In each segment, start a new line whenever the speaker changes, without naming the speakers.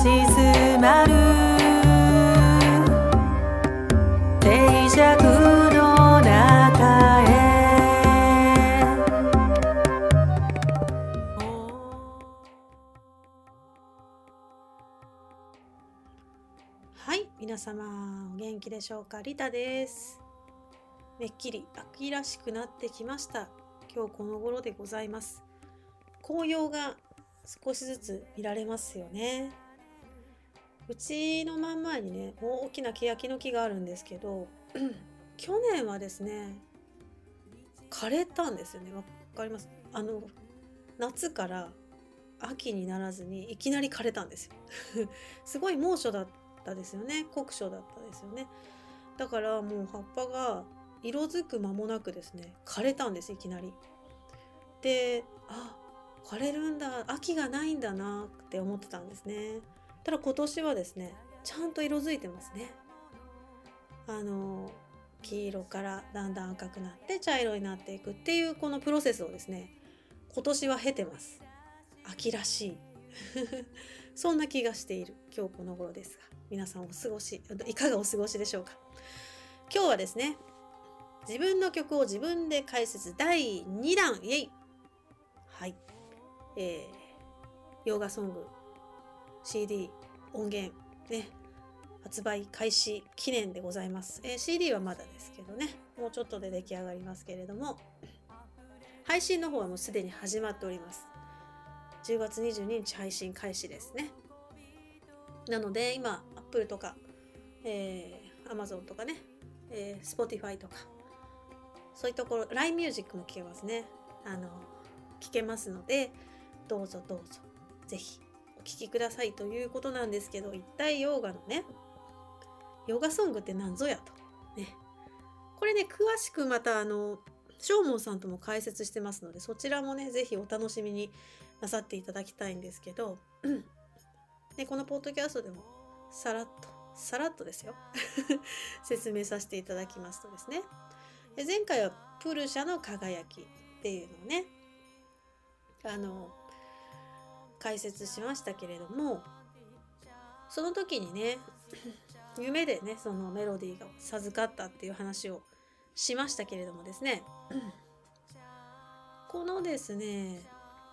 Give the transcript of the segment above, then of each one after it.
静まる静寂の中へ。はい、皆様お元気でしょうか。リタです。めっきり秋らしくなってきました。今日この頃でございます。紅葉が少しずつ見られますよね。うちの真ん前にね、大きな欅の木があるんですけど去年はですね枯れたんですよね。わかります？夏から秋にならずにいきなり枯れたんですよすごい猛暑だったですよね。酷暑だったですよね。だからもう葉っぱが色づく間もなくですね枯れたんです。いきなり。で、枯れるんだ、秋がないんだなって思ってたんですね。ただ今年はですねちゃんと色づいてますね。黄色からだんだん赤くなって茶色になっていくっていうこのプロセスをですね今年は経てます。秋らしいそんな気がしている今日この頃ですが、皆さんいかがお過ごしでしょうか。今日はですね、自分の曲を自分で解説第2弾イエイ。はい、洋画ソング CD 音源ね発売開始記念でございます。CD はまだですけどね、もうちょっとで出来上がりますけれども、配信の方はもうすでに始まっております。10月22日配信開始ですね。なので今 Apple とか、Amazon とかね、Spotify とかそういうところ LINE ミュージックも聴けますね。聴けますのでどうぞぜひお聴きくださいということなんですけど、一体洋画のね洋画ソングって何ぞやとね、これね詳しくまたショーモンさんとも解説してますので、そちらもねぜひお楽しみになさっていただきたいんですけどでこのポッドキャストでもさらっとですよ説明させていただきますとですね、前回はプルシャの輝きっていうのをね解説しましたけれども、その時にね夢でねそのメロディーが授かったっていう話をしましたけれどもですねこのですね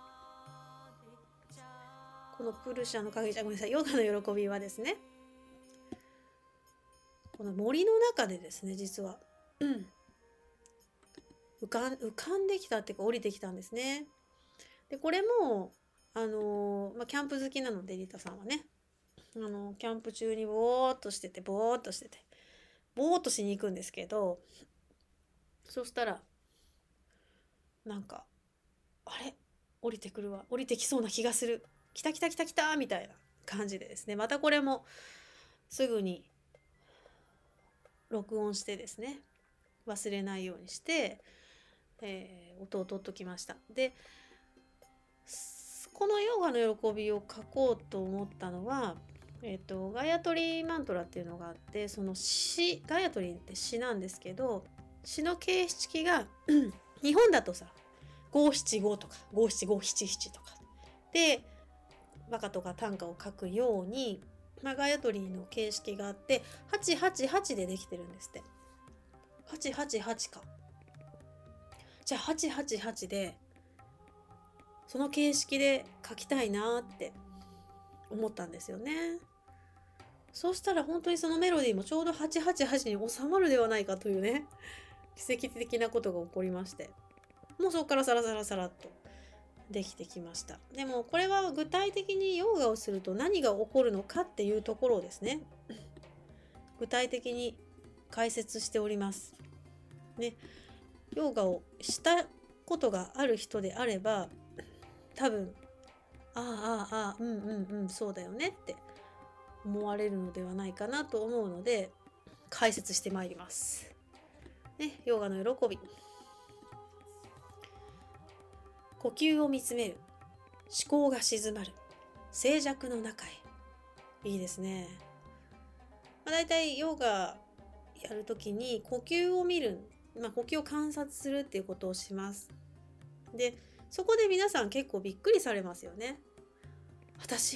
このプルシャの輝き、ごめんなさい、ヨガの喜びはですね、この森の中でですね実は、浮かんできたっていうか降りてきたんですね。でこれもキャンプ好きなのでリタさんはねキャンプ中にぼーっとしててぼーっとしに行くんですけど、そしたらなんかあれ降りてきそうな気がする、来たみたいな感じでですね、またこれもすぐに録音してですね忘れないようにして、音を取っときました。でこのヨガの喜びを書こうと思ったのは、ガヤトリマントラっていうのがあって、その詩、ガヤトリって詩なんですけど、詩の形式が日本だとさ五七五とか五七五七七とかで和歌とか短歌を書くように、ガヤトリの形式があって888でできてるんですって。888か。じゃあ888でその形式で書きたいなって思ったんですよね。そうしたら本当にそのメロディーもちょうど888に収まるではないかというね奇跡的なことが起こりまして、もうそこからサラッとできてきました。でもこれは具体的にヨガをすると何が起こるのかっていうところをですね具体的に解説しておりますね。ヨガをしたことがある人であれば多分そうだよねって思われるのではないかなと思うので解説してまいりますね。ヨガの喜び、呼吸を見つめる、思考が静まる、静寂の中へ。いいですね。だいたいヨガやるときに呼吸を見る、呼吸を観察するっていうことをします。でそこで皆さん結構びっくりされますよね。私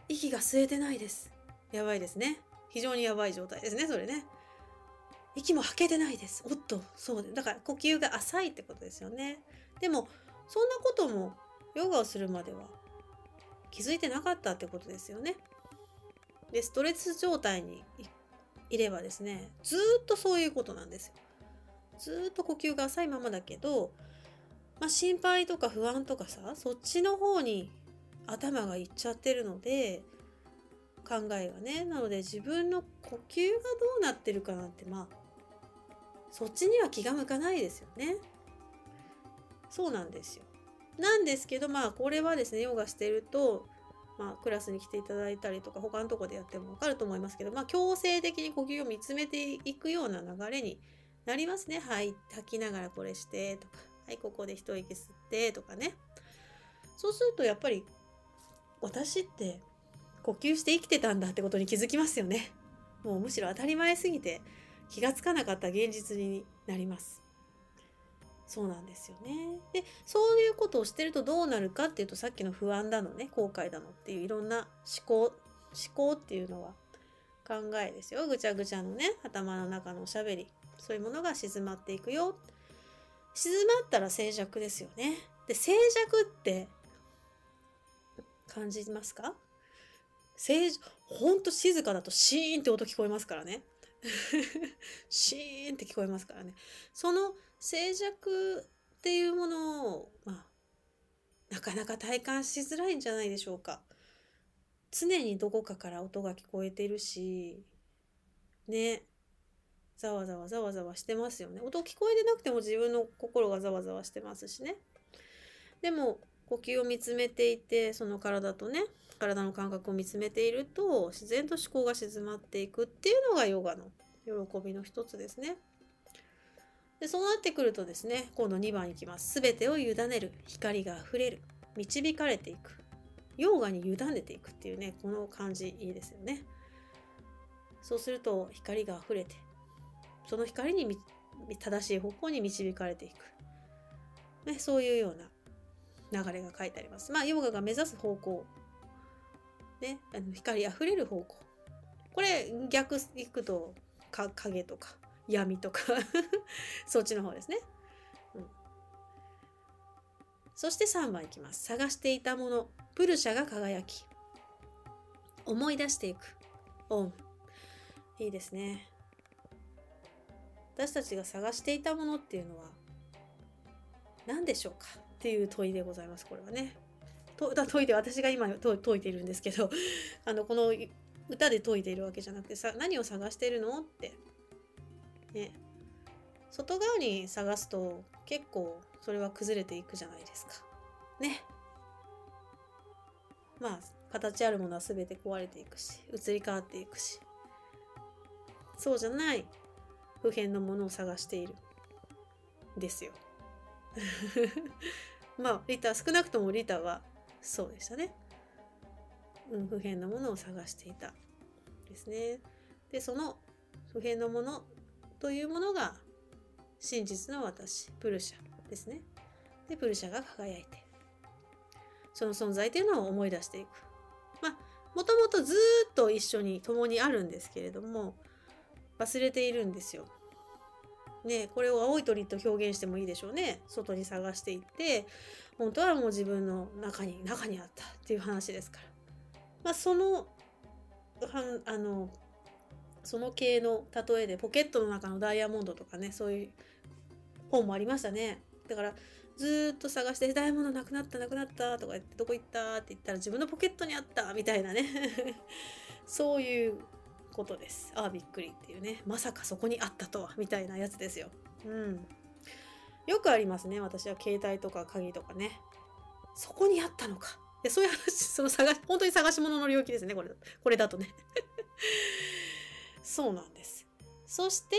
息が吸えてないです。やばいですね。非常にやばい状態ですね、それね。息も吐けてないです。おっと、そうで、だから呼吸が浅いってことですよね。でも、そんなこともヨガをするまでは気づいてなかったってことですよね。で、ストレス状態にいればですね、ずっとそういうことなんですよ。ずっと呼吸が浅いままだけど、心配とか不安とかさ、そっちの方に頭がいっちゃってるので、考えがね。なので自分の呼吸がどうなってるかなんて、そっちには気が向かないですよね。そうなんですよ。なんですけど、これはですね、ヨガしてると、クラスに来ていただいたりとか、他のとこでやってもわかると思いますけど、強制的に呼吸を見つめていくような流れになりますね。はい、吐きながらこれしてとか、はい、ここで一息吸ってとかね。そうするとやっぱり、私って呼吸して生きてたんだってことに気づきますよね。もうむしろ当たり前すぎて気がつかなかった現実になります。そうなんですよね。で、そういうことをしてるとどうなるかっていうと、さっきの不安だのね、後悔だのっていういろんな思考っていうのは考えですよ。ぐちゃぐちゃのね、頭の中のおしゃべり。そういうものが静まっていくよ。静まったら静寂ですよね。で、静寂って感じますか？ほんと静かだとシーンって音聞こえますからね。シーンって聞こえますからね。その静寂っていうものを、なかなか体感しづらいんじゃないでしょうか。常にどこかから音が聞こえてるし、ね、ざわざわざわざわしてますよね。音聞こえてなくても自分の心がざわざわしてますしね。でも、呼吸を見つめていて、その体の感覚を見つめていると、自然と思考が静まっていくっていうのがヨガの喜びの一つですね。で、そうなってくるとですね、今度2番いきます。すべてを委ねる。光があふれる。導かれていく。ヨガに委ねていくっていうね、この感じいいですよね。そうすると光があふれて、その光に正しい方向に導かれていく。ね、そういうような流れが書いてあります。ヨガが目指す方向。ね、光あふれる方向。これ逆いくと影とか闇とかそっちの方ですね。そして3番いきます。探していたもの、プルシャが輝き、思い出していく。オン。いいですね。私たちが探していたものっていうのは何でしょうかっていう問いでございます。これはね。問いで私が今解いているんですけど、この歌で解いているわけじゃなくて何を探しているのって。ね。外側に探すと結構それは崩れていくじゃないですか。ね。形あるものは全て壊れていくし、移り変わっていくし。そうじゃない普遍のものを探している。ですよ。少なくともリタはそうでしたね。普遍のものを探していた。ですね。で、その普遍のものというものが真実の私、プルシャですね。で、プルシャが輝いて、その存在というのを思い出していく。もともとずっと一緒に共にあるんですけれども、忘れているんですよ。ね、これを青い鳥と表現してもいいでしょうね。外に探していって、本当はもう自分の中にあったっていう話ですから。その系の例えでポケットの中のダイヤモンドとかね、そういう本もありましたね。だからずっと探してダイヤモンドなくなったとか言って、どこ行ったって言ったら自分のポケットにあったみたいなねそういうことです。びっくりっていうね、まさかそこにあったとはみたいなやつですよ。よくありますね。私は携帯とか鍵とかね、そこにあったのか。で、そういう話、本当に探し物の領域ですね。これだとねそうなんです。そして、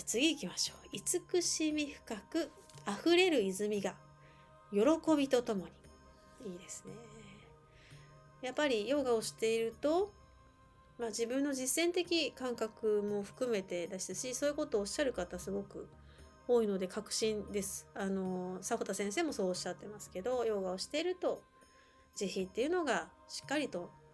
次行きましょう。慈しみ深く溢れる泉が喜びとともに。いいですね。やっぱりヨガをしていると、自分の実践的感覚も含めてですし、そういうことをおっしゃる方すごく多いので確信です。迫田先生もそうおっしゃってますけど、ヨガをしていると慈悲っていうのがしっかりと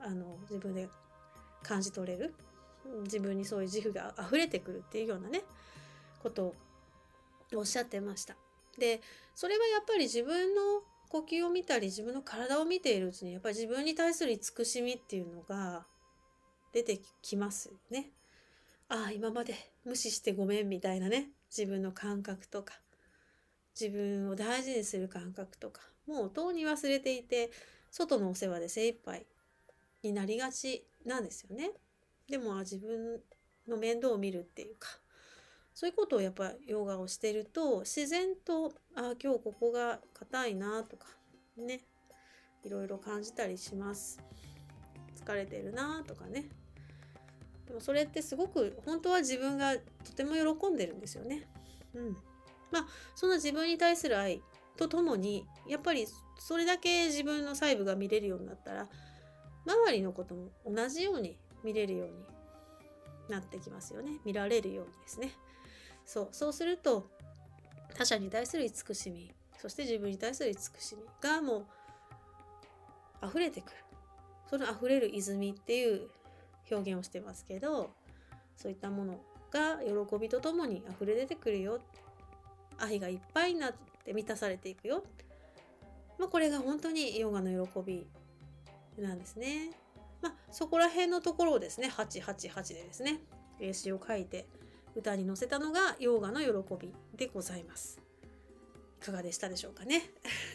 自分で感じ取れる、自分にそういう自負が溢れてくるっていうようなねことをおっしゃってました。でそれはやっぱり自分の呼吸を見たり自分の体を見ているうちにやっぱり自分に対する慈しみっていうのが出てきますよね。ああ今まで無視してごめんみたいなね、自分の感覚とか自分を大事にする感覚とかもうとうに忘れていて、外のお世話で精一杯になりがちなんですよね。でも自分の面倒を見るっていうか、そういうことをやっぱヨガをしてると自然と今日ここが硬いなとかね、いろいろ感じたりします。疲れてるなとかね。でもそれってすごく本当は自分がとても喜んでるんですよね。その自分に対する愛とともにやっぱりそれだけ自分の細部が見れるようになったら周りのことも同じように見れるようになってきますよね。見られるようにですね。そうすると他者に対する慈しみ、そして自分に対する慈しみがもう溢れてくる。その溢れる泉っていう表現をしてますけど、そういったものが喜びとともに溢れ出てくるよ。愛がいっぱいになって満たされていくよ。これが本当にヨガの喜びなんですね。そこら辺のところをですね、888でですね、詩を書いて歌に乗せたのがヨガの喜びでございます。いかがでしたでしょうかね。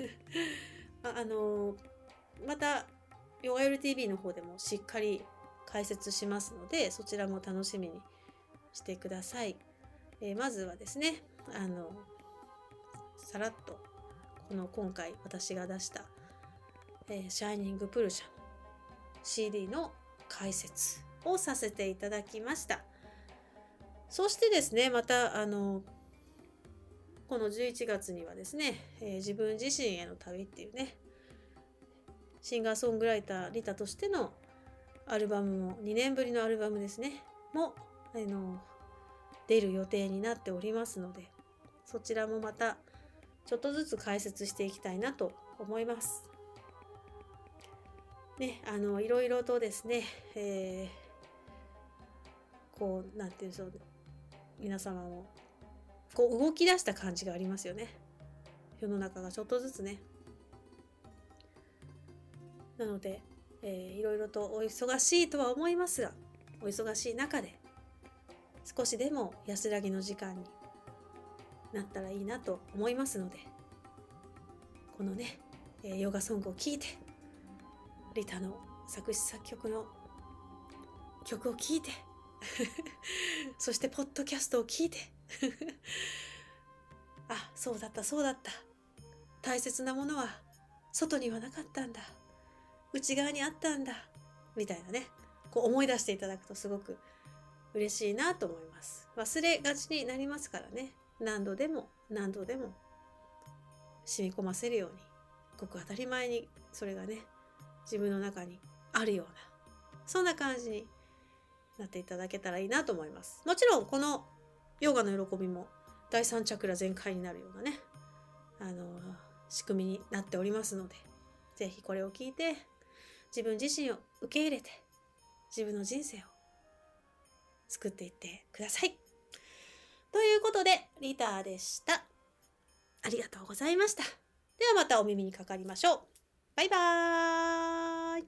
またヨガ LTV の方でもしっかり解説しますので、そちらも楽しみにしてください。まずはですね、さらっと今回私が出した、シャイニングプルシャの CD の解説をさせていただきました。そしてですね、またこの11月にはですね、自分自身への旅っていうね、シンガーソングライターリタとしてのアルバムも2年ぶりのアルバムですねも出る予定になっておりますので、そちらもまたちょっとずつ解説していきたいなと思いますね。いろいろとですね、なんていうんでしょう、皆様も動き出した感じがありますよね。世の中がちょっとずつね。なので、いろいろとお忙しいとは思いますが、お忙しい中で少しでも安らぎの時間になったらいいなと思いますので、このね、ヨガソングを聴いて、リタの作詞作曲の曲を聴いてそしてポッドキャストを聞いてそうだった大切なものは外にはなかったんだ、内側にあったんだみたいなね、思い出していただくとすごく嬉しいなと思います。忘れがちになりますからね、何度でも染み込ませるように、ごく当たり前にそれがね自分の中にあるような、そんな感じになっていただけたらいいなと思います。もちろんこのヨガの喜びも第3チャクラ全開になるようなね仕組みになっておりますので、ぜひこれを聞いて自分自身を受け入れて自分の人生を作っていってください。ということでリタでした。ありがとうございました。ではまたお耳にかかりましょう。バイバーイ。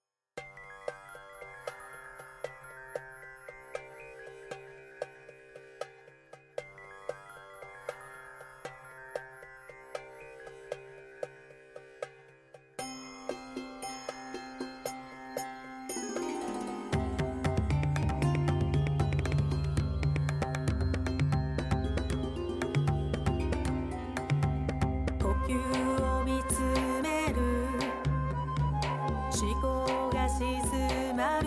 呼吸を見つめる、思考が静まる、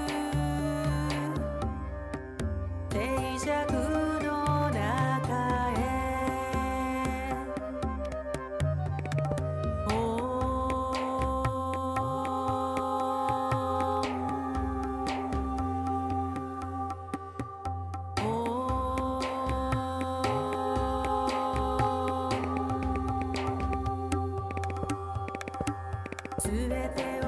静寂の中へ、すべて